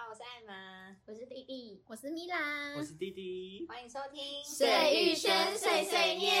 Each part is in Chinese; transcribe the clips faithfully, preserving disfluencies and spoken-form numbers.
我是艾玛， 我是弟弟， 我是米兰， 我是弟弟， 欢迎收听碎玉轩碎碎念。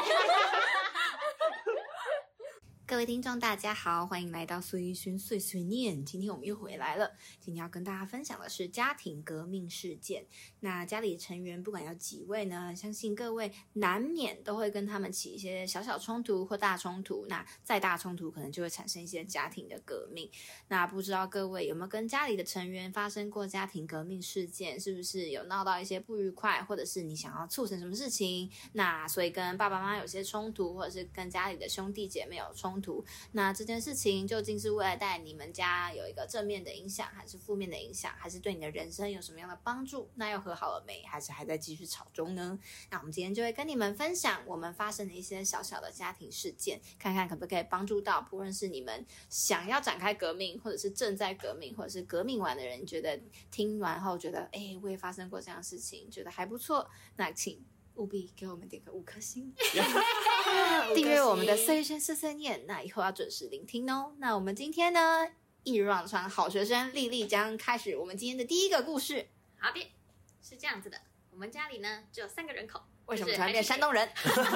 各位听众大家好，欢迎来到碎玉轩碎碎念。今天我们又回来了，今天要跟大家分享的是家庭革命事件。那家里的成员不管有几位呢，相信各位难免都会跟他们起一些小小冲突或大冲突，那再大冲突可能就会产生一些家庭的革命。那不知道各位有没有跟家里的成员发生过家庭革命事件，是不是有闹到一些不愉快，或者是你想要促成什么事情，那所以跟爸爸妈妈有些冲突，或者是跟家里的兄弟姐妹有冲突，那这件事情究竟是为了带你们家有一个正面的影响，还是负面的影响，还是对你的人生有什么样的帮助？那又和好了没？还是还在继续吵中呢？那我们今天就会跟你们分享我们发生的一些小小的家庭事件，看看可不可以帮助到不论是你们想要展开革命，或者是正在革命，或者是革命完的人，觉得听完后觉得诶我也发生过这样的事情，觉得还不错，那请务必给我们点个五颗星订阅我们的碎玉轩碎碎念，那以后要准时聆听哦。那我们今天呢，一如往常，好学生丽丽将开始我们今天的第一个故事。 好的，是这样子的，我们家里呢只有三个人口。 为什么突然变山东人？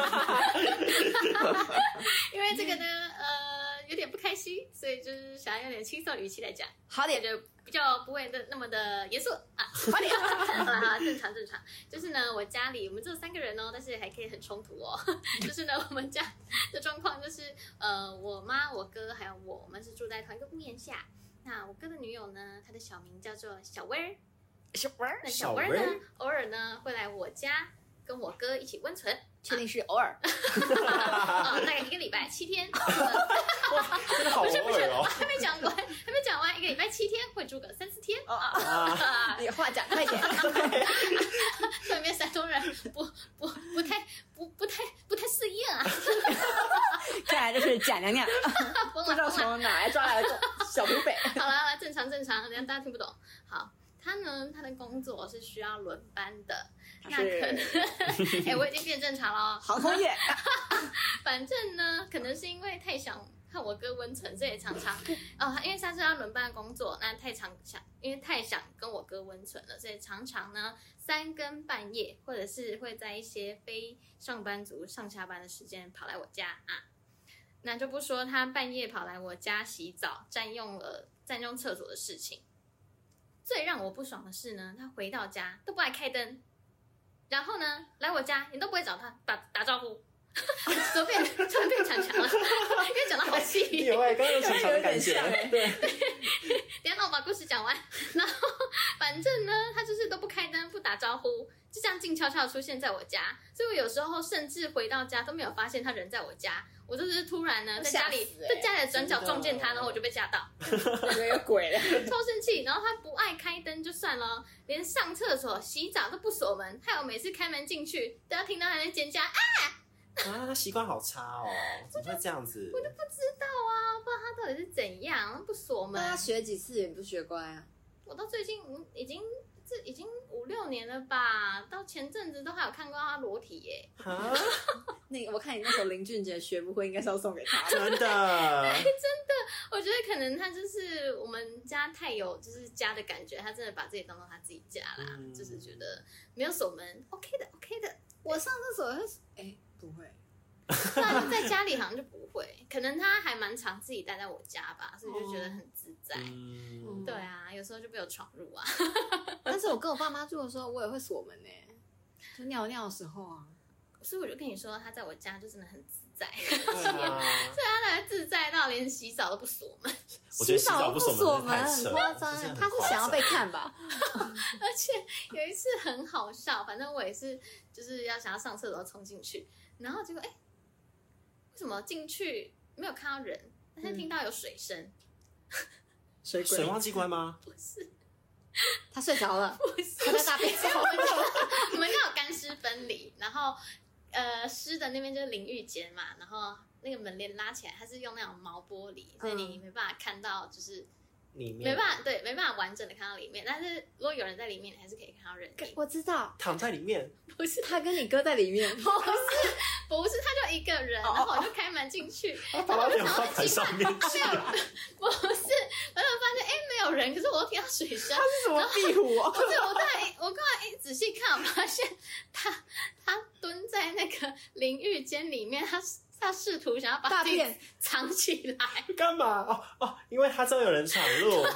因为这个呢呃有点不开心，所以就是想要用点轻松的语气来讲。 好点， 就比较不会那么的严肃啊。好点啊，正常正常。就是呢，我家里我们只有三个人哦，但是还可以很冲突哦。就是呢，我们家的状况就是呃，我妈、我哥还有我，我们是住在同一个屋檐下。那我哥的女友呢，她的小名叫做小薇儿。 小薇儿， 那小薇儿呢，偶尔呢会来我家跟我哥一起温存。 确定是偶尔？ 哦，大概一个礼拜七天。 哇，真的好偶尔哦！ 还没讲完，还没讲完，一个礼拜七天会住个三四天。 哦啊，你话讲快点。 对面山东人不不不太不不太不太适应啊。 看来就是假娘娘，不知道从哪来抓来的小土匪。 好了好了，正常正常，人家大家听不懂。好。他呢，他的工作是需要轮班的，那可能，哎、欸，我已经变正常了， 航空业。 反正呢，可能是因为太想和我哥温存，所以常常哦，因为他是要轮班工作，那太常想，因为太想跟我哥温存了，所以常常呢三更半夜，或者是会在一些非上班族上下班的时间跑来我家啊。那就不说他半夜跑来我家洗澡，占用了占用厕所的事情。最让我不爽的是呢，他回到家都不爱开灯，然后呢来我家你都不会找他打打招呼，怎么变突然变强强了？因为讲得好细， 有哎，刚刚有强强的感觉。对， 等一下让我把故事讲完。然后反正呢，他就是都不开灯不打招呼，就这样静悄悄出现在我家，所以我有时候甚至回到家都没有发现他人在我家。我就是突然呢，在家里，欸、在家里的转角撞见他，然后我就被吓到， 有鬼了， 超生气。然后他不爱开灯就算了，连上厕所、洗澡都不锁门，害我每次开门进去都要听到他在尖叫啊！ 啊，他习惯好差哦，怎么会这样子？ 我就不知道啊，不知道他到底是怎样不锁门。 那他学几次也不学乖啊？ 我到最近已经。这已经五六年了吧？到前阵子都还有看过他裸体耶！ 啊，那我看你那首林俊杰学不会，应该是要送给他。 真的， 真的，我觉得可能他就是我们家太有就是家的感觉，他真的把自己当做他自己家啦，嗯、就是觉得没有锁门 ，OK 的 ，OK 的。 我上厕所会，哎，不会。 那在家里好像就不会，可能他还蛮常自己待在我家吧，所以就觉得很自在。嗯、对啊，有时候就被我闯入啊。 但是我跟我爸妈住的时候，我也会锁门呢、欸，就尿尿的时候啊。 所以我就跟你说，他在我家就真的很自在，对啊，所以他才自在到连洗澡都不锁门。 我觉得洗澡不锁门很夸张，他是想要被看吧？ 而且有一次很好笑，反正我也是就是要想要上厕所冲进去，然后结果哎。欸为什么进去没有看到人，但是听到有水声？嗯、 水鬼？ 水忘记关吗？ 不是， 他睡着了。 不是， 他在大便。 我们家我们家有干湿分离，然后呃湿的那边就是淋浴间嘛，然后那个门帘拉起来，它是用那种毛玻璃，所以你没办法看到就是。 里面没办法，对，没办法完整的看到里面，但是如果有人在里面，你还是可以看到人影。 我知道， 躺在里面， 不是他跟你哥在里面， 不是，不是，他就一个人，然后我就开门进去，然后我就想要奇怪，没有，不是，我就发现哎没有有人，可是我又听到水声。 它是什么壁虎哦？ 不是，我刚才我刚才一仔细看，我发现他他蹲在那个淋浴间里面，他他试图想要把自己藏起来。 干嘛？哦哦，因为他知道有人闯入。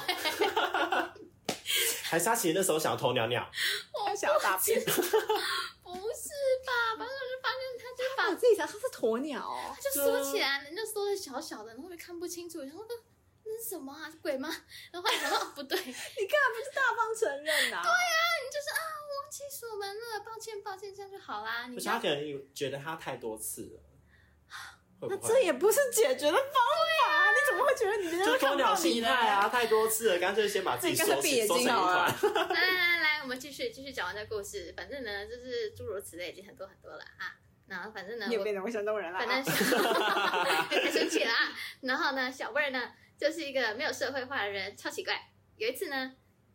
还是他其实那时候想要偷尿尿， 他想要大便。 不是吧？反正我就发现他就把我自己想，它是鸵鸟哦， 他就缩起来，人就缩的小小的，然后就看不清楚，然后那是什么啊？是鬼吗？然后后来想到不对， 你干嘛不是大方承认啊？ 对啊，你就是啊，我忘记锁门了，抱歉抱歉，这样就好啦。你不是他可能觉得他太多次了。会不会那这也不是解决的方法、啊，你怎么会觉得你别人就会看鸵鸟到你呢？ 心态啊，太多次了，干脆先把自己缩那你干脆闭眼缩成一睛好了团。 来来来来，我们继续继续讲完这故事。反正呢，就是诸如此类，已经很多很多了啊。然后反正呢， 你也变成会山东人了、啊。 反正太生气了啊。然后呢，小魏呢就是一个没有社会化的人，超奇怪。有一次呢，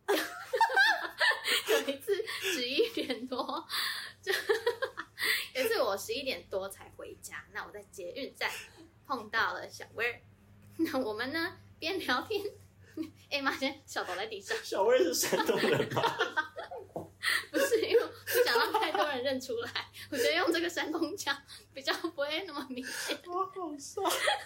有一次十一点多，就有一次我十一点多才回家，那我在捷运站碰到了小魏，那我们呢边聊天，哎妈，现在小倒在地上。 小魏是山东人吗？ 不是，因为我不想让太多人认出来，我觉得用这个山东腔比较不会那么明显。 我好笑。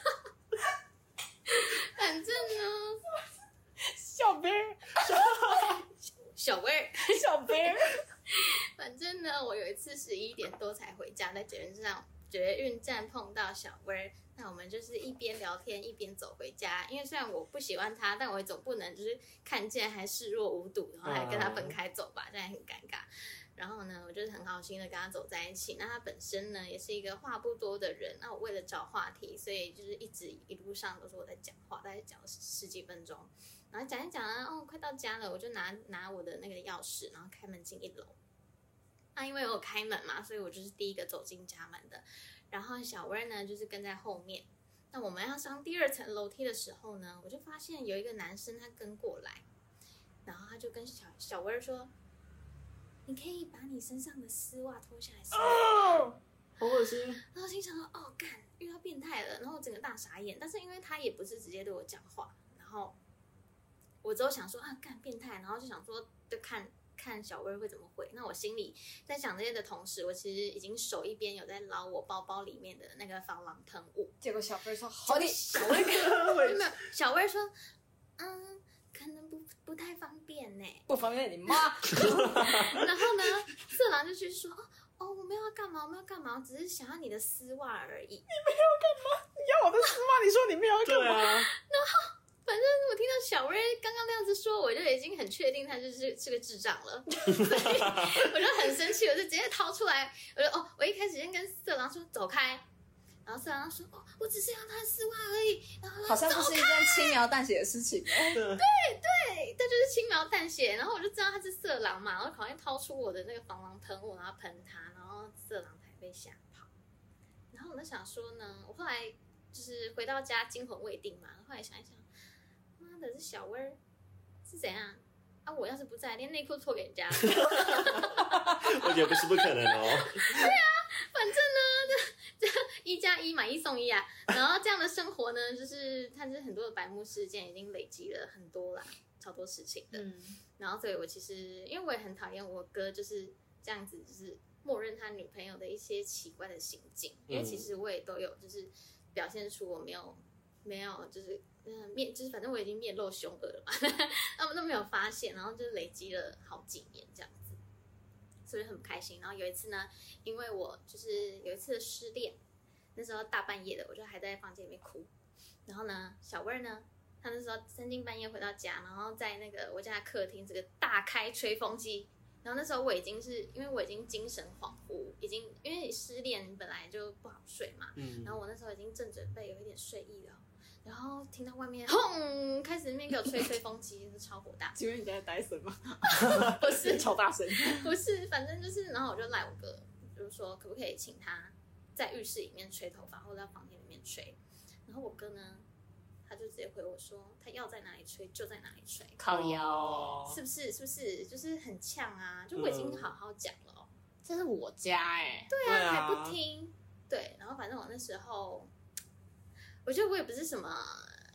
反正呢， 小贝儿， 小魏儿， 小贝儿， 反正呢，我有一次十一点多才回家，在捷运上捷运站碰到小魏儿，那我们就是一边聊天一边走回家。因为虽然我不喜欢他，但我也总不能就是看见还视若无睹，然后还跟他分开走吧，这样很尴尬。然后呢，我就是很好心的跟他走在一起。那他本身呢，也是一个话不多的人。那我为了找话题，所以就是一直一路上都是我在讲话，大概讲了十几分钟。然后讲一讲啊，哦，快到家了，我就拿拿我的那个钥匙，然后开门进一楼。那因为我有开门嘛，所以我就是第一个走进家门的。然后小薇呢，就是跟在后面。那我们要上第二层楼梯的时候呢，我就发现有一个男生他跟过来，然后他就跟小小薇说：“你可以把你身上的丝袜脱下来试。” 哦， 好恶心。 然后心想说：“哦，干，遇到变态了。”然后我整个大傻眼。但是因为他也不是直接对我讲话，然后我之后想说啊，干变态，然后就想说就看。看小薇会怎么回。那我心里在想这些的同时，我其实已经手一边有在捞我包包里面的那个防狼喷雾。 结果小贝说：“好的。” 小薇没有，小薇说：“嗯，可能不不太方便呢。” 不方便你妈。 然后呢，色狼就去说：“哦，我们要干嘛？我们要干嘛？我只是想要你的丝袜而已。”你没有干嘛？你要我的丝袜？你说你没有干嘛？ 对啊。 然后。反正我听到小薇刚刚那样子说，我就已经很确定他就是是个智障了，所以我就很生气，我就直接掏出来，我就哦，我一开始先跟色狼说走开，然后色狼说哦，我只是要他的丝袜而已，然后好像不是一件轻描淡写的事情哦。 对对，他就是轻描淡写，然后我就知道他是色狼嘛，然后赶快掏出我的那个防狼喷雾，然后喷他，然后色狼才被吓跑。然后我就想说呢，我后来就是回到家惊魂未定嘛，后来想一想。妈的，这小薇是怎样啊？我要是不在，连内裤脱给人家。 我觉得不是不可能哦。 对啊，反正呢，这这一加一买一送一啊。然后这样的生活呢，就是它是很多的白目事件已经累积了很多啦，超多事情的。嗯、然后所以我其实因为我也很讨厌我哥就是这样子，就是默认他女朋友的一些奇怪的行径，因为其实我也都有就是表现出我没有没有就是。嗯，面就是反正我已经面露凶恶了嘛，他们都没有发现，然后就累积了好几年这样子，所以很不开心。然后有一次呢，因为我就是有一次的失恋，那时候大半夜的，我就还在房间里面哭。然后呢，小薇呢，她那时候三更半夜回到家，然后在那个我家的客厅这个大开吹风机。然后那时候我已经是因为我已经精神恍惚，已经因为失恋本来就不好睡嘛，嗯、然后我那时候已经正准备有一点睡意了。然后听到外面轰，开始那边给我吹吹风机，是超火大。 请问你在戴森吗？ 不是， 超大声。 不是，反正就是，然后我就赖我哥，就是说可不可以请他在浴室里面吹头发，或者在房间里面吹。然后我哥呢，他就直接回我说，他要在哪里吹就在哪里吹。 靠腰， 是不是？是不是？就是很呛啊！就我已经好好讲了、哦嗯， 这是我家哎、欸。 对啊，还不听。对，然后反正我那时候。我觉得我也不是什么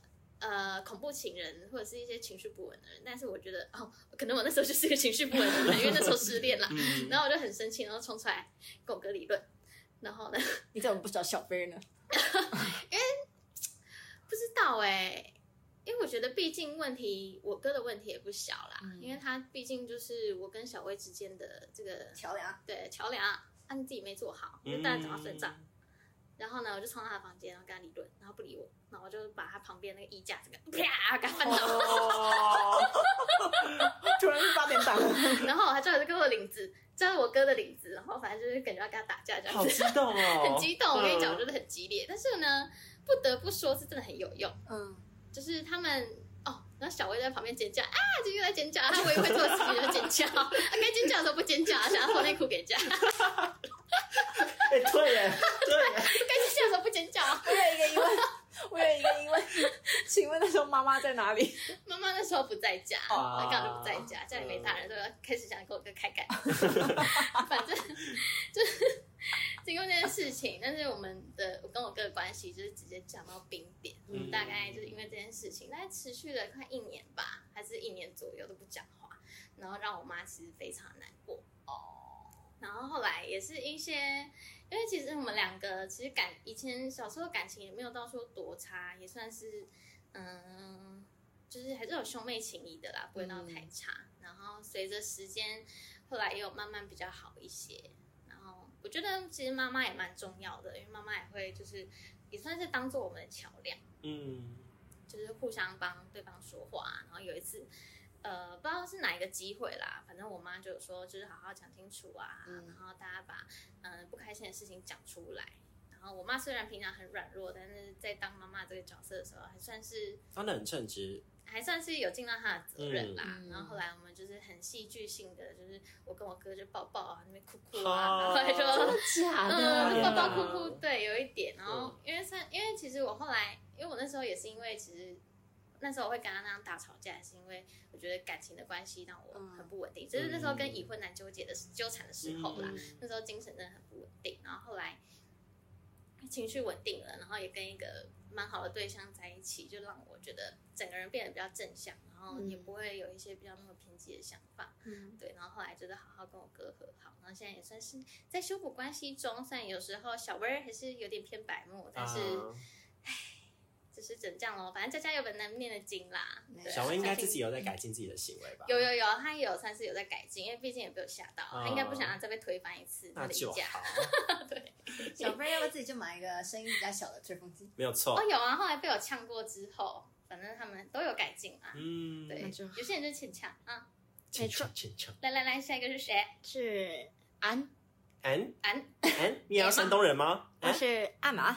呃恐怖情人或者是一些情绪不稳的人，但是我觉得哦，可能我那时候就是一个情绪不稳的人，因为那时候失恋了， 嗯然后我就很生气，然后冲出来跟我哥理论，然后呢， 你怎么不找小飞呢？ 因为不知道哎、欸，因为我觉得毕竟问题，我哥的问题也不小啦，嗯、因为他毕竟就是我跟小薇之间的这个桥梁， 对桥梁，啊，你自己没做好，就大家找他算账。嗯然后呢，我就冲到他的房间，然后跟他理论，然后不理我，然后我就把他旁边那个衣架这个啪给他翻倒， 哦、突然是八点档， 然后他就跟我领子，就是我哥的领子，然后反正就是感觉要跟他打架这样子， 好激动哦， 很激动。我跟你讲，我觉得很激烈，但是呢，不得不说是真的很有用。嗯，就是他们哦，然后小薇在旁边尖叫啊，就又在尖叫，他唯一会做的事情就是尖叫，啊，该尖叫的时候不尖叫，想要脱内裤给人家。 哎、欸，对耶，对耶， 该尖叫的时候不尖叫。 我有一个疑问，我有一个疑问，请问那时候妈妈在哪里？ 妈妈那时候不在家， 哦、 她刚好就不在家，家里没大人，都要开始想跟我哥开干。反正就是经过这件事情，但是我们的我跟我哥的关系就是直接降到冰点，嗯，大概就是因为这件事情，大概持续了快一年吧，还是一年左右都不讲话，然后让我妈其实非常难过。哦。然后后来也是一些，因为其实我们两个其实感以前小时候感情也没有到说多差，也算是嗯，就是还是有兄妹情谊的啦，不会到太差。嗯、然后随着时间，后来也有慢慢比较好一些。然后我觉得其实妈妈也蛮重要的，因为妈妈也会就是也算是当做我们的桥梁，嗯，就是互相帮对方说话。然后有一次。呃，不知道是哪一个机会啦，反正我妈就有说，就是好好讲清楚啊，嗯、然后大家把嗯、呃、不开心的事情讲出来。然后我妈虽然平常很软弱，但是在当妈妈这个角色的时候，还算是当得很称职， 还算是有尽到她的责任啦。 嗯、 然后后来我们就是很戏剧性的，就是我跟我哥就抱抱啊，那边哭哭啊，然后还说假的， 嗯，抱抱哭哭，对，有一点。然后因为算，因为其实我后来，因为我那时候也是因为其实。那时候我会跟他那样大吵架，是因为我觉得感情的关系让我很不稳定，就是那时候跟已婚男纠结的纠缠的时候啦，嗯、那时候精神真的很不稳定。然后后来情绪稳定了，然后也跟一个蛮好的对象在一起，就让我觉得整个人变得比较正向，然后也不会有一些比较那么偏激的想法。嗯，对。然后后来就是好好跟我哥和好，然后现在也算是在修补关系中，虽然有时候小薇还是有点偏白目，但是，唉、啊。就是整这样咯，反正家家有本难念的经啦。 小薇应该自己有在改进自己的行为吧？ 有有有，他也有算是有在改进，因为毕竟也被我吓到，哦、他应该不想让再被推翻一次他的衣架。对， 小飞要不要自己就买一个声音比较小的吹风机？ 没有错。 哦，有啊，后来被我呛过之后，反正他们都有改进啊。嗯，对，有些人就欠呛啊。 欠呛欠呛。 来来来，下一个是谁？ 是安。 安安安，你也要山东人吗？ 我是艾玛。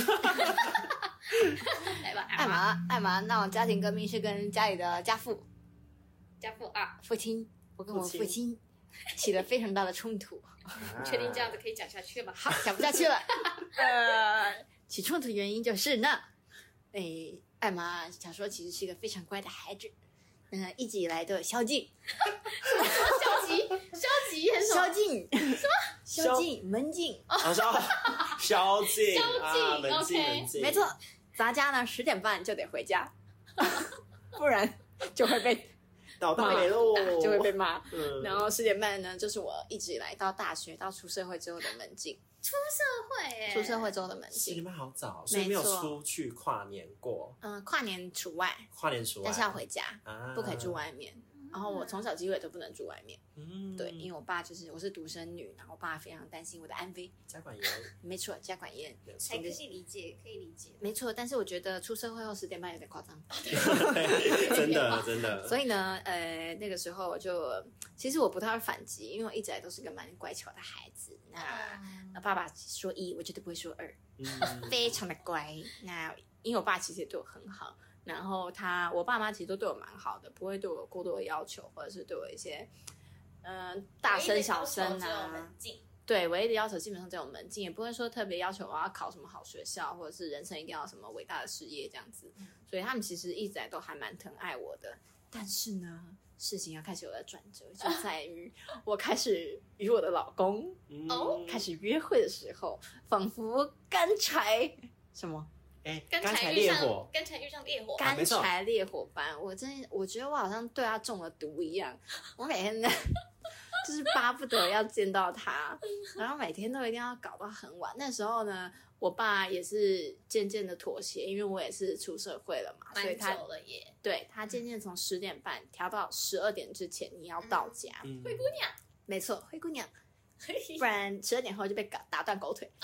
来吧， 艾玛，艾玛，那我家庭革命是跟家里的家父， 家父啊， 父亲，我跟我父亲起了非常大的冲突。 你确定这样子可以讲下去吗？ 好，讲不下去了。呃，起冲突原因就是呢，哎，艾玛小时候其实是一个非常乖的孩子，嗯、呃，一直以来都有宵禁。 消极，消极很什么？ 宵禁什么？宵禁，门禁。 哦，宵宵禁， 宵禁， 门禁，门禁。 没错，咱家呢十点半就得回家，不然就会被倒大霉喽， 就会被骂。嗯、然后十点半呢，就是我一直以来到大学到出社会之后的门禁。 出社会耶， 出社会之后的门禁。 十点半好早，所以没有出去跨年过。 嗯、呃，跨年除外， 跨年除外， 但是要回家， 啊、 不可以住外面。然后我从小机会都不能住外面，嗯，对，因为我爸就是我是独生女，然后我爸非常担心我的安危， 家管严， 没错，家管严， 还可以理解，可以理解， 没错。但是我觉得出社会后十点半有点夸张， 真的真的。 所以呢，呃，那个时候我就其实我不太会反击，因为我一直来都是个蛮乖巧的孩子。那、嗯、爸爸说一，我绝对不会说二，嗯、非常的乖。那因为我爸其实也对我很好。然后他，我爸妈其实都对我蛮好的，不会对我过多的要求，或者是对我一些，嗯、呃，大声小声啊。对，唯一的要求基本上只有门禁，也不会说特别要求我要考什么好学校，或者是人生一定要什么伟大的事业这样子。嗯、所以他们其实一直来都还蛮疼爱我的。但是呢，事情要开始有了转折，就在于我开始与我的老公哦、嗯、开始约会的时候，仿佛干柴什么。 哎， 干干柴柴遇上烈火， 干柴遇上烈火， 干没错柴烈火般，我真的我觉得我好像对他中了毒一样，我每天呢就是巴不得要见到他，然后每天都一定要搞到很晚。那时候呢，我爸也是渐渐的妥协，因为我也是出社会了嘛，所以蛮他久了耶。 对他渐渐从十点半调到十二点之前你要到家。 嗯灰姑娘， 没错，灰姑娘，不然十二点后就被打打断狗腿。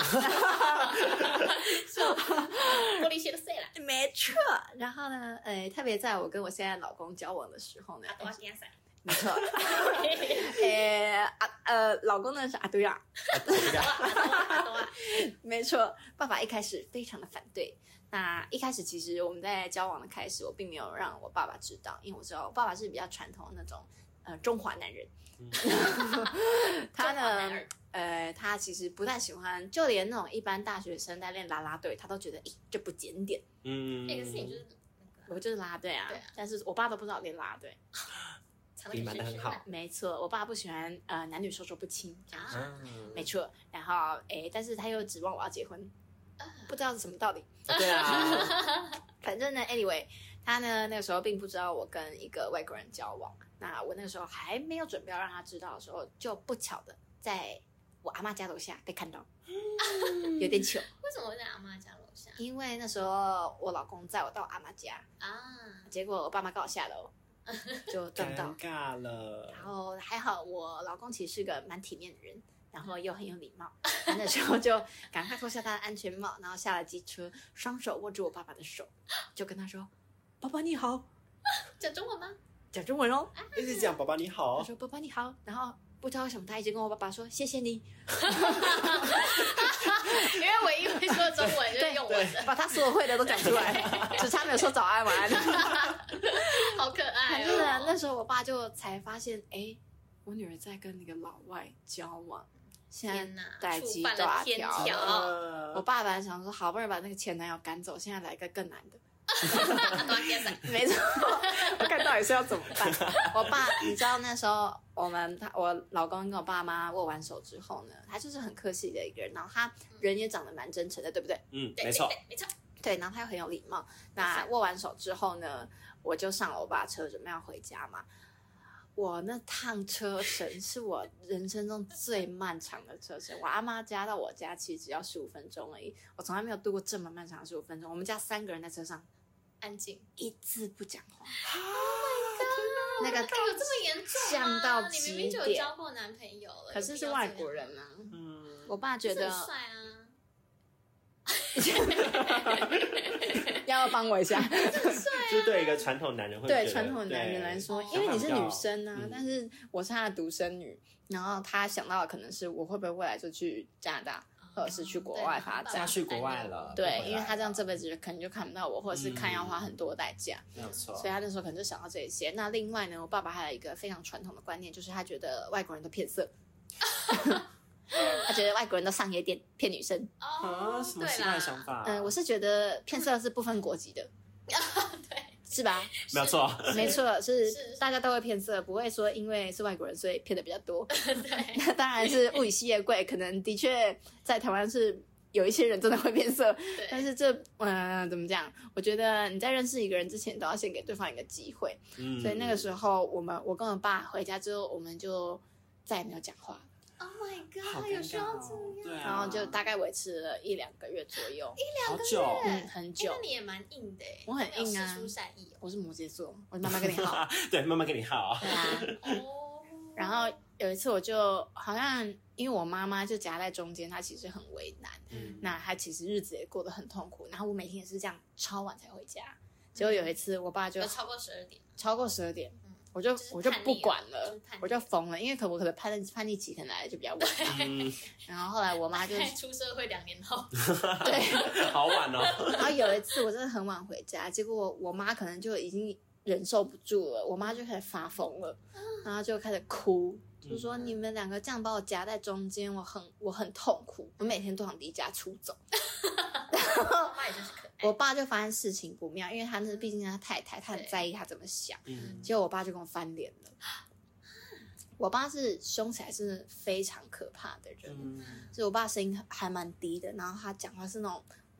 玻璃鞋都碎了， 没错，然后呢，呃，特别在我跟我现在老公交往的时候呢， 阿多阿天伞， 没错，呃啊呃，老公呢是阿对啊， 阿多阿多， 没错，爸爸一开始非常的反对。那一开始其实我们在交往的开始，我并没有让我爸爸知道，因为我知道我爸爸是比较传统的那种呃中华男人， 嗯他中华男呢儿呃他其实不太喜欢，就连那种一般大学生在练啦啦队，他都觉得咦这不检点。 嗯， 那个事情就是我就是啦啦队啊， 对啊但是我爸都不知道我练啦啦队。 藏隐瞒得很好没错，我爸不喜欢呃男女授受不亲这样子。 啊， 嗯没错，然后诶，但是他又指望我要结婚，不知道是什么道理。 对啊， 反正呢 ，anyway，他呢那个时候并不知道我跟一个外国人交往。那我那个时候还没有准备要让他知道的时候，就不巧的在我阿嬷家楼下被看到，有点糗。 为什么会在阿妈家楼下因为那时候我老公载我到阿嬷家， 啊？ 结果我爸妈刚好下楼，就撞到尴。尬了然。后还好，我老公其实是个蛮体面的人，然后又很有礼貌。他那时候就赶快脱下他的安全帽，然后下了机车，双手握住我爸爸的手，就跟他说：“爸爸你好。 讲中文吗？” 讲中文哦。 一直讲爸爸你他好， 说：“爸爸你好。”然后不知道为什么他一直跟我爸爸说：“谢谢你。 因为唯一会说中文就是用我的，” 把他所有会的都讲出来，只差没有说早安晚安。 好可爱反正呢，那哦。 时候我爸就才发现，哎，我女儿在跟那个老外交往。现天哪在代机触犯了天大条条了。我爸本来想说，好不容易把那个前男友赶走，现在来个更难的。 阿多阿天伞， 没错，我看到底是要怎么办。我爸，你知道那时候我们他我老公跟我爸妈握完手之后呢，他就是很客气的一个人，然后他人也长得蛮真诚的，对不对？ 嗯， 对没错， 对对没错。 对，然后他又很有礼貌。那握完手之后呢，我就上了我爸车，准备要回家嘛。我那趟车程是我人生中最漫长的车程。我阿妈家到我家其实只要十五分钟而已，我从来没有度过这么漫长的十五分钟。我们家三个人在车上， 安静。 一字不讲话。 那个有这么严重吗？ 降到你明明就有极点交过男朋友了， 可是是外国人啊。 嗯， 我爸觉得这很帅啊。 要帮我一下。 就是对一个传统男人会觉得对传统男人来说， 对因为你是女生啊， 嗯但是我是他的独生女，然后他想到的可能是我会不会未来就去加拿大，或者是去国外发展。 嫁去国外了， 对， 不回来因为他这样这辈子可能就看不到我，或者是看要花很多代价， 没有错， 所以他那时候可能就想到这一些。那另外呢，我爸爸还有一个非常传统的观念，就是他觉得外国人都骗色。他觉得外国人都上夜店骗女生。 哦啊，，什么奇怪的想法？ 嗯、我是觉得骗色是不分国籍的， 对， 是吧？ 没有错， 没错，是是大家都会骗色，不会说因为是外国人所以骗的比较多。 对， 那当然是物以稀为贵，可能的确在台湾是有一些人真的会变色， 对但是这嗯、呃、怎么讲？我觉得你在认识一个人之前，都要先给对方一个机会。 嗯所以那个时候，我们我跟我爸回家之后，我们就再也没有讲话， Oh my 好 god， 尴有需要尬这样？ 哦对啊， 然后就大概维持了一两个月左右， 好久， 嗯，很哎， 久那。你也蛮硬的哎， 我很硬啊没有施出善意我是摩羯座，我慢慢跟你好。 对，慢慢跟你好， 对啊， 哦。哦， 然后有一次我就好像因为我妈妈就夹在中间，她其实很为难。 嗯， 那她其实日子也过得很痛苦，然后我每天也是这样超晚才回家。结果有一次，我爸就有超过十二点， 超过十二点， 嗯我就就是我就不叛逆管了了就是叛，逆我就疯了，因为可我可能叛逆叛逆期可能来的就比较晚。 嗯， 然后后来我妈就在出社会两年后， 对， 好晚哦， 然后有一次我真的很晚回家，结果我我妈可能就已经忍受不住了，我妈就开始发疯了，然后就开始哭。就说你们两个这样把我夹在中间，我很我很痛苦，我每天都想离家出走。 妈妈也就是可爱。 我爸就发现事情不妙，因为他那毕竟是他太太，他很在意他怎么想。 嗯， 结果我爸就跟我翻脸了。我爸是凶起来是非常可怕的人， 嗯， 所以我爸声音还蛮低的，然后他讲话是那种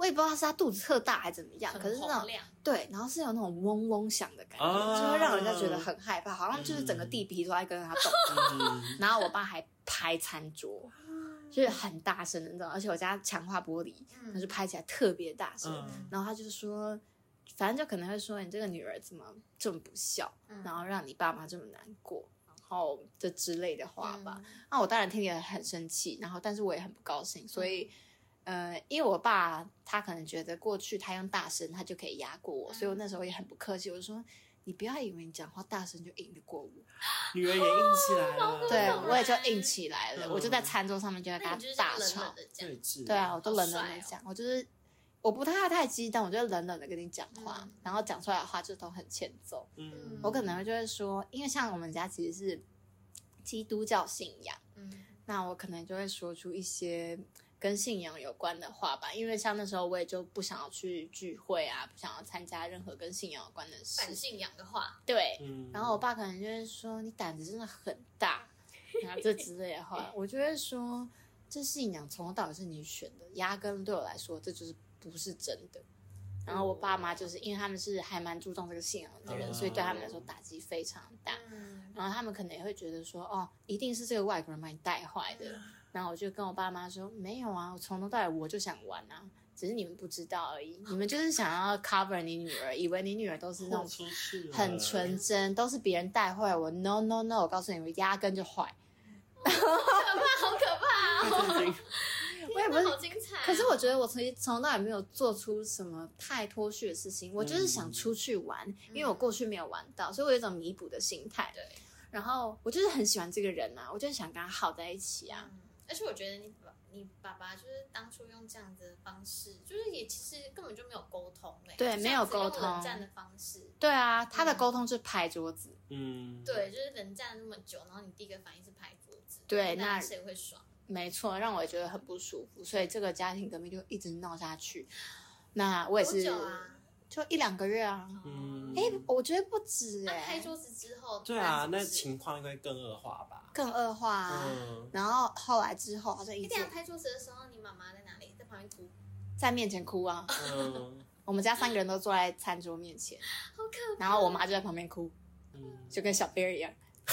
我也不知道是他肚子特大还是怎么样，可是那种对，然后是有那种嗡嗡响的感觉，啊、就会让人家觉得很害怕，好像就是整个地皮都在跟着他动。嗯、然后我爸还拍餐桌，就是很大声的那种，而且我家强化玻璃，那、嗯、就拍起来特别大声。嗯、然后他就说，反正就可能会说你这个女儿怎么这么不孝，嗯、然后让你爸妈这么难过。哦，这之类的话吧，嗯、那我当然听得很生气，然后但是我也很不高兴，所以，呃，因为我爸他可能觉得过去他用大声他就可以压过我，嗯、所以我那时候也很不客气，我就说你不要以为你讲话大声就赢得过我， 女儿也硬起来了， 对我也就硬起来了，嗯、我就在餐桌上面就在跟他大吵，对啊，我都冷冷的讲，哦、我就是我不太太激动，我就冷冷的跟你讲话，嗯、然后讲出来的话就都很欠揍。嗯，我可能就会说，因为像我们家其实是基督教信仰，嗯，那我可能就会说出一些跟信仰有关的话吧，因为像那时候我也就不想要去聚会啊，不想要参加任何跟信仰有关的事， 反信仰的话， 对，嗯、然后我爸可能就会说你胆子真的很大，然后这之类的话，我就会说这信仰从头到尾是你选的，压根对我来说这就是不是真的。然后我爸妈就是因为他们是还蛮注重这个信仰的人，嗯、所以对他们来说打击非常大。嗯、然后他们可能也会觉得说，哦，一定是这个外国人把你带坏的。嗯、然后我就跟我爸妈说，没有啊，我从头到尾我就想玩啊，只是你们不知道而已。你们就是想要 cover 你女儿，以为你女儿都是那种很纯真，都是别人带坏我。No no no， 我告诉你们，压根就坏。 好可怕，好可怕哦！ 我也不是好精彩、啊， 可是我觉得我从从头到尾没有做出什么太脱序的事情，我就是想出去玩，嗯、因为我过去没有玩到，所以我有一种弥补的心态。对，然后我就是很喜欢这个人啊，我就是想跟他耗在一起啊。 嗯、而且我觉得你爸你爸爸就是当初用这样子的方式，就是也其实根本就没有沟通哎、欸， 对，没有沟通， 冷战的方式。 对啊，他的沟通就是拍桌子。 嗯，对，就是冷战那么久，然后你第一个反应是拍桌子， 对，那谁会爽？ 没错，让我也觉得很不舒服，所以这个家庭革命就一直闹下去。那我也是， 多久啊？ 就一两个月啊。嗯，哎、欸，我觉得不止哎、欸。 拍桌子之后， 对啊，那情况应该更恶化吧？ 更恶化啊。嗯、然后后来之后好像一直。 这样拍桌子的时候，你妈妈在哪里？在旁边哭？ 在面前哭啊。嗯。我们家三个人都坐在餐桌面前， 好可怕。 然后我妈就在旁边哭，嗯，就跟小贝儿一样。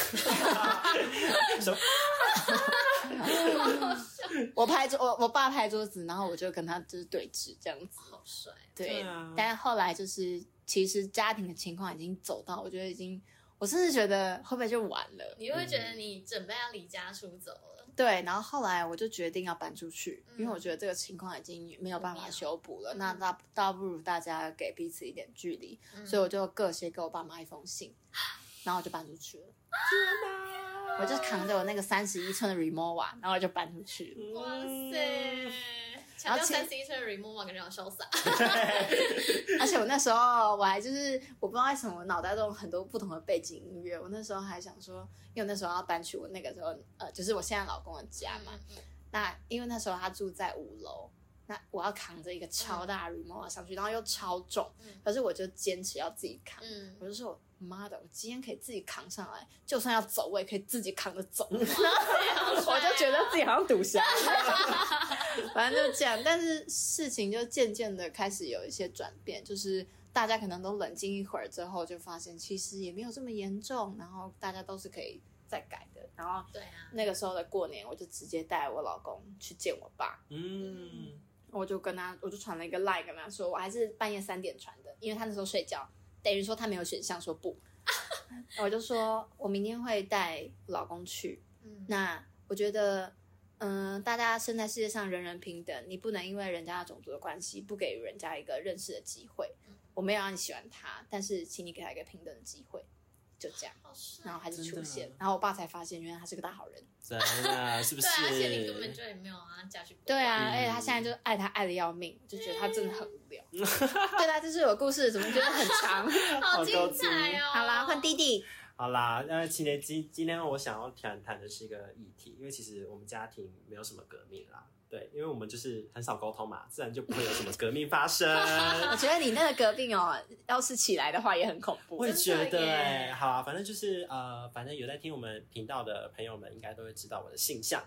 什么？ 我拍桌，我我爸拍桌子，然后我就跟他就是对峙这样子， 好帅。 对，对啊、但是后来就是其实家庭的情况已经走到，我觉得已经，我甚至觉得会不会就完了？ 你会觉得你准备要离家出走了？ 嗯、对，然后后来我就决定要搬出去，嗯、因为我觉得这个情况已经没有办法修补了，嗯、那倒倒不如大家给彼此一点距离，嗯、所以我就各写给我爸妈一封信，然后我就搬出去了。 天哪！ 我就扛着我那个三十一寸的 Rimowa， 然后我就搬出去了。 哇塞！强调三十一寸的 Rimowa 感觉好潇洒。 而且我那时候我还就是我不知道为什么我脑袋中有很多不同的背景音乐。我那时候还想说，因为我那时候要搬去我那个时候呃，就是我现在老公的家嘛。嗯嗯、那因为那时候他住在五楼。那我要扛着一个超大的 Rimowa 上去，然后又超重，嗯、可是我就坚持要自己扛。嗯、我就说，妈的，我今天可以自己扛上来，就算要走，我也可以自己扛着走。我就觉得自己好像赌侠，反正就这样。但是事情就渐渐的开始有一些转变，就是大家可能都冷静一会儿之后，就发现其实也没有这么严重，然后大家都是可以再改的。然后，对啊，那个时候的过年，我就直接带我老公去见我爸。嗯。我就跟他，我就传了一个 line 跟他说，我还是半夜三点传的，因为他那时候睡觉，等于说他没有选项说不。我就说我明天会带老公去，嗯、那我觉得，嗯、呃，大家生在世界上人人平等，你不能因为人家的种族的关系不给予人家一个认识的机会。嗯、我没有让你喜欢他，但是请你给他一个平等的机会。就这样，然后还是出现，然后我爸才发现，原来他是个大好人。 真的，是不是？ 对，而且你根本就也没有让他嫁去。 对啊，嗯、而且他现在就爱他爱的要命，就觉得他真的很无聊。对啦，这是我故事，怎么觉得很长？ 好精彩哦！ 好啦，换弟弟。 好啦，那今天今今天我想要谈谈的是一个议题，因为其实我们家庭没有什么革命啦。对，因为我们就是很少沟通嘛，自然就不会有什么革命发生。 我觉得你那个革命哦，要是起来的话也很恐怖。 我也觉得哎、欸，好啊，反正就是呃，反正有在听我们频道的朋友们应该都会知道我的性向。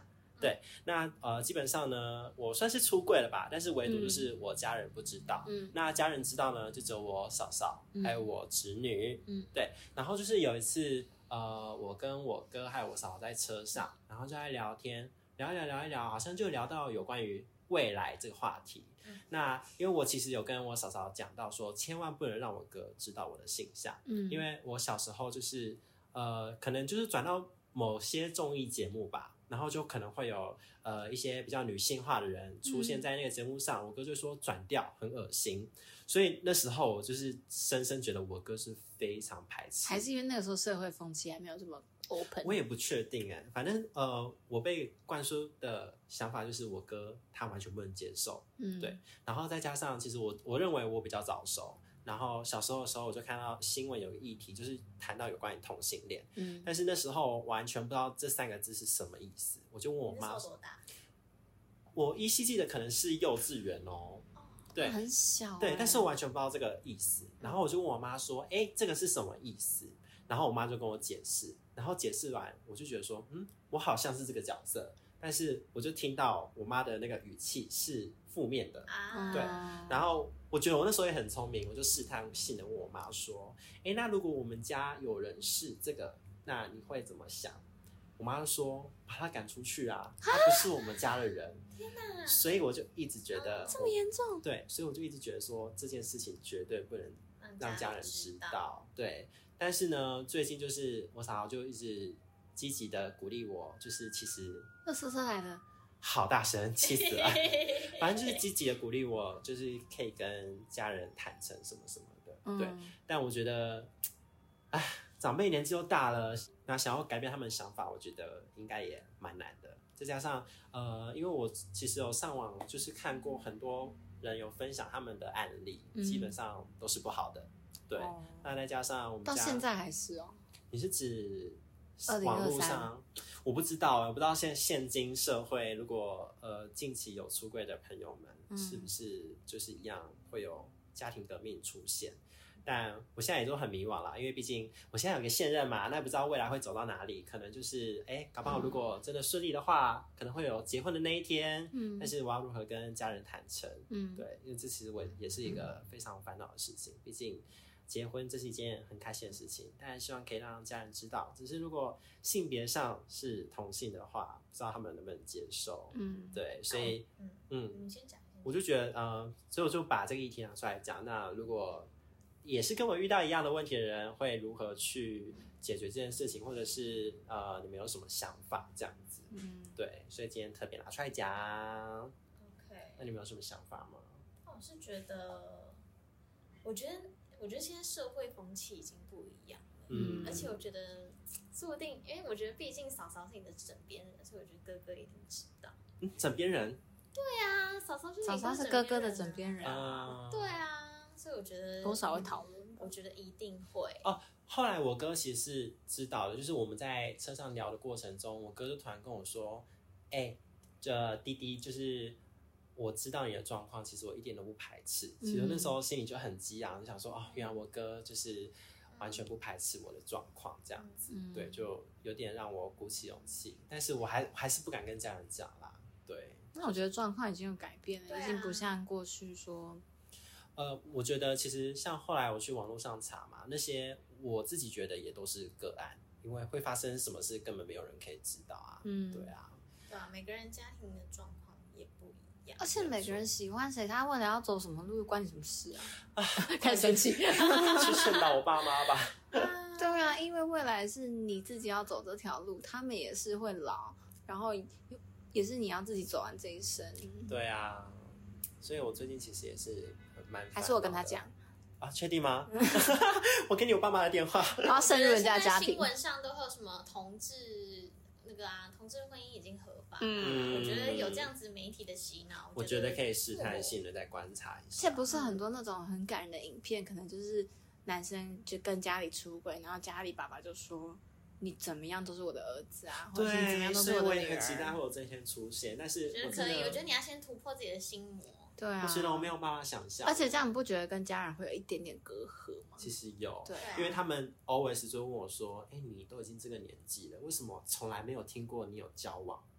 对，那呃基本上呢，我算是出柜了吧，但是唯独就是我家人不知道。嗯，那家人知道呢，就只有我嫂嫂、嗯、还有我侄女。嗯，对，然后就是有一次，呃，我跟我哥还有我嫂嫂在车上，然后就在聊天，聊一聊聊一聊，好像就聊到有关于未来这个话题。嗯、那因为我其实有跟我嫂嫂讲到说，千万不能让我哥知道我的性向。嗯，因为我小时候就是呃，可能就是转到某些综艺节目吧。然后就可能会有呃一些比较女性化的人出现在那个节目上，嗯、我哥就说转掉很恶心，所以那时候我就是深深觉得我哥是非常排斥， 还是因为那个时候社会风气还没有这么 open， 我也不确定哎，反正呃我被灌输的想法就是我哥他完全不能接受，嗯，对，然后再加上其实我我认为我比较早熟。然后小时候的时候，我就看到新闻有个议题，就是谈到有关于同性恋。嗯，但是那时候完全不知道这三个字是什么意思，我就问我妈。 你那时候多大？ 我依稀记得可能是幼稚园哦，对， 很小、欸。 对，但是我完全不知道这个意思。然后我就问我妈说：“哎、欸，这个是什么意思？”然后我妈就跟我解释，然后解释完，我就觉得说：“嗯，我好像是这个角色。”但是我就听到我妈的那个语气是负面的，啊、对。然后我觉得我那时候也很聪明，我就试探性的问我妈说：“哎，那如果我们家有人是这个，那你会怎么想？”我妈就说：“把他赶出去啊，他不是我们家的人。”天哪！所以我就一直觉得、 哦、这么严重。 对，所以我就一直觉得说这件事情绝对不能让家人知道。对，但是呢，最近就是我嫂嫂就一直积极的鼓励我，就是其实又说出来了， 好大声，气死了！反正就是积极的鼓励我，就是可以跟家人坦诚什么什么的。嗯、对，但我觉得，哎，长辈年纪都大了，那想要改变他们的想法，我觉得应该也蛮难的。再加上呃，因为我其实有上网，就是看过很多人有分享他们的案例，嗯、基本上都是不好的。对，哦、那再加上我们家到现在还是哦。 你是指网络上？我不知道，我不知道现现今社会，如果呃近期有出柜的朋友们，嗯、是不是就是一样会有家庭革命出现？但我现在也都很迷惘啦，因为毕竟我现在有个现任嘛，那不知道未来会走到哪里，可能就是哎、欸，搞不好如果真的顺利的话，可能会有结婚的那一天。嗯，但是我要如何跟家人坦诚？嗯，对，因为这其实我也是一个非常烦恼的事情，毕竟结婚这是一件很开心的事情，但希望可以让家人知道。只是如果性别上是同性的话，不知道他们能不能接受。嗯，对，所以嗯嗯， 你先讲， 我就觉得呃，所以我就把这个议题拿出来讲。那如果也是跟我遇到一样的问题的人，会如何去解决这件事情，或者是呃，你们有什么想法这样子？嗯，对，所以今天特别拿出来讲。 OK， 那你们有什么想法吗？ 我是觉得，我觉得，我觉得现在社会风气已经不一样了。嗯，而且我觉得，说不定，因为我觉得毕竟嫂嫂是你的枕边人，所以我觉得哥哥一定知道。 嗯，枕边人？ 对啊，嫂嫂就是嫂嫂是哥哥的枕边人啊。对啊。所以我觉得多少会讨论， 我觉得一定会哦。后来我哥其实是知道的，就是我们在车上聊的过程中，我哥就突然跟我说：“哎、欸，这弟弟，就是我知道你的状况，其实我一点都不排斥。”其实那时候心里就很激昂，就想说：“哦，原来我哥就是完全不排斥我的状况，这样子。嗯”对，就有点让我鼓起勇气，但是我还还是不敢跟家人讲啦。对， 那我觉得状况已经有改变了， 啊、 已经不像过去说。 呃，我觉得其实像后来我去网络上查嘛，那些我自己觉得也都是个案，因为会发生什么事根本没有人可以知道啊。嗯，对啊， 对啊，每个人家庭的状况也不一样， 而且每个人喜欢谁，他未来要走什么路，关你什么事啊？开始生气，去劝导我爸妈吧。 对啊，因为未来是你自己要走这条路，他们也是会老，然后也是你要自己走完这一生。 对啊，所以我最近其实也是。 还是我跟他讲啊？确定吗？我给你我爸妈的电话。 然后深入人家家庭。 新闻上都会有什么同志那个啊，同志婚姻已经合法。嗯，我觉得有这样子媒体的洗脑， 我觉得可以试探性的再观察一下。 现在不是很多那种很感人的影片，可能就是男生就跟家里出轨，然后家里爸爸就说：“你怎么样都是我的儿子啊，或者你怎么样都是我的女儿。” 所以我也很期待会有这一天出现，但是我觉得可以，我觉得你要先突破自己的心魔。 对啊， 我觉得我没有办法想象， 而且这样你不觉得跟家人会有一点点隔阂吗？ 其实有， 对、啊， 因为他们 always 就问我说：“哎、欸，你都已经这个年纪了，为什么从来没有听过你有交往过？”嗯、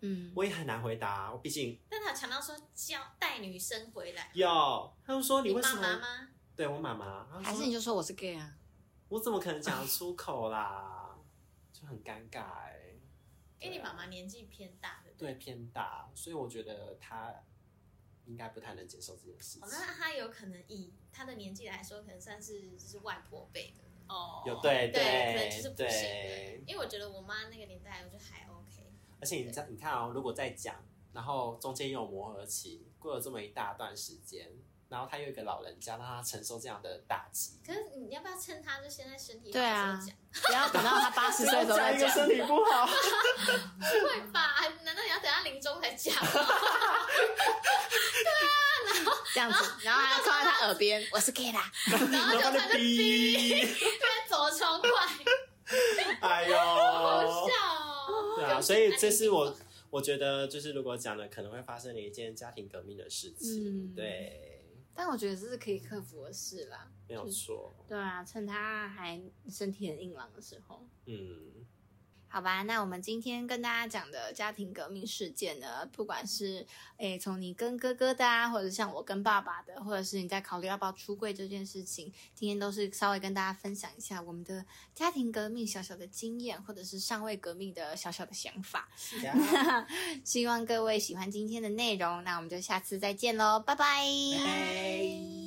嗯，我也很难回答，我毕竟。 但他强调说教带女生回来， 有，他就说你为什么？ 你妈妈吗？ 对我妈妈， 还是你就说我是 gay 啊？ 我怎么可能讲得出口啦？就很尴尬哎、欸。 因为你妈妈年纪偏大的， 对，偏大，所以我觉得她应该不太能接受这件事情。 哦，那她有可能以她的年纪来说，可能算是就是外婆辈的哦。 有对对，可能就是不行对。 因为我觉得我妈那个年代，我觉得还 OK。 而且你在你看哦，如果再讲，然后中间又有磨合期，过了这么一大段时间。然后他有一个老人家，让他承受这样的打击。 可是你要不要趁他就现在身体好对啊， 讲？ 不要等到他八十岁的时候再讲。 身体不好， 会吧？难道你要等他临终才讲吗？对啊，然后这样子，然后还要靠在他耳边，我是 gay 啦， 然后就他就逼，突然走得超快。 哎呦， 好笑哦！ 对啊，所以这是我我觉得就是如果讲了可能会发生的一件家庭革命的事情，嗯、对。 但我觉得这是可以克服的事啦， 没有错。 对啊，趁他还身体很硬朗的时候。 嗯， 好吧，那我们今天跟大家讲的家庭革命事件呢，不管是诶从你跟哥哥的啊，或者像我跟爸爸的，或者是你在考虑要不要出柜这件事情，今天都是稍微跟大家分享一下我们的家庭革命小小的经验，或者是尚未革命的小小的想法。 是啊、 希望各位喜欢今天的内容，那我们就下次再见喽，拜拜。 拜拜。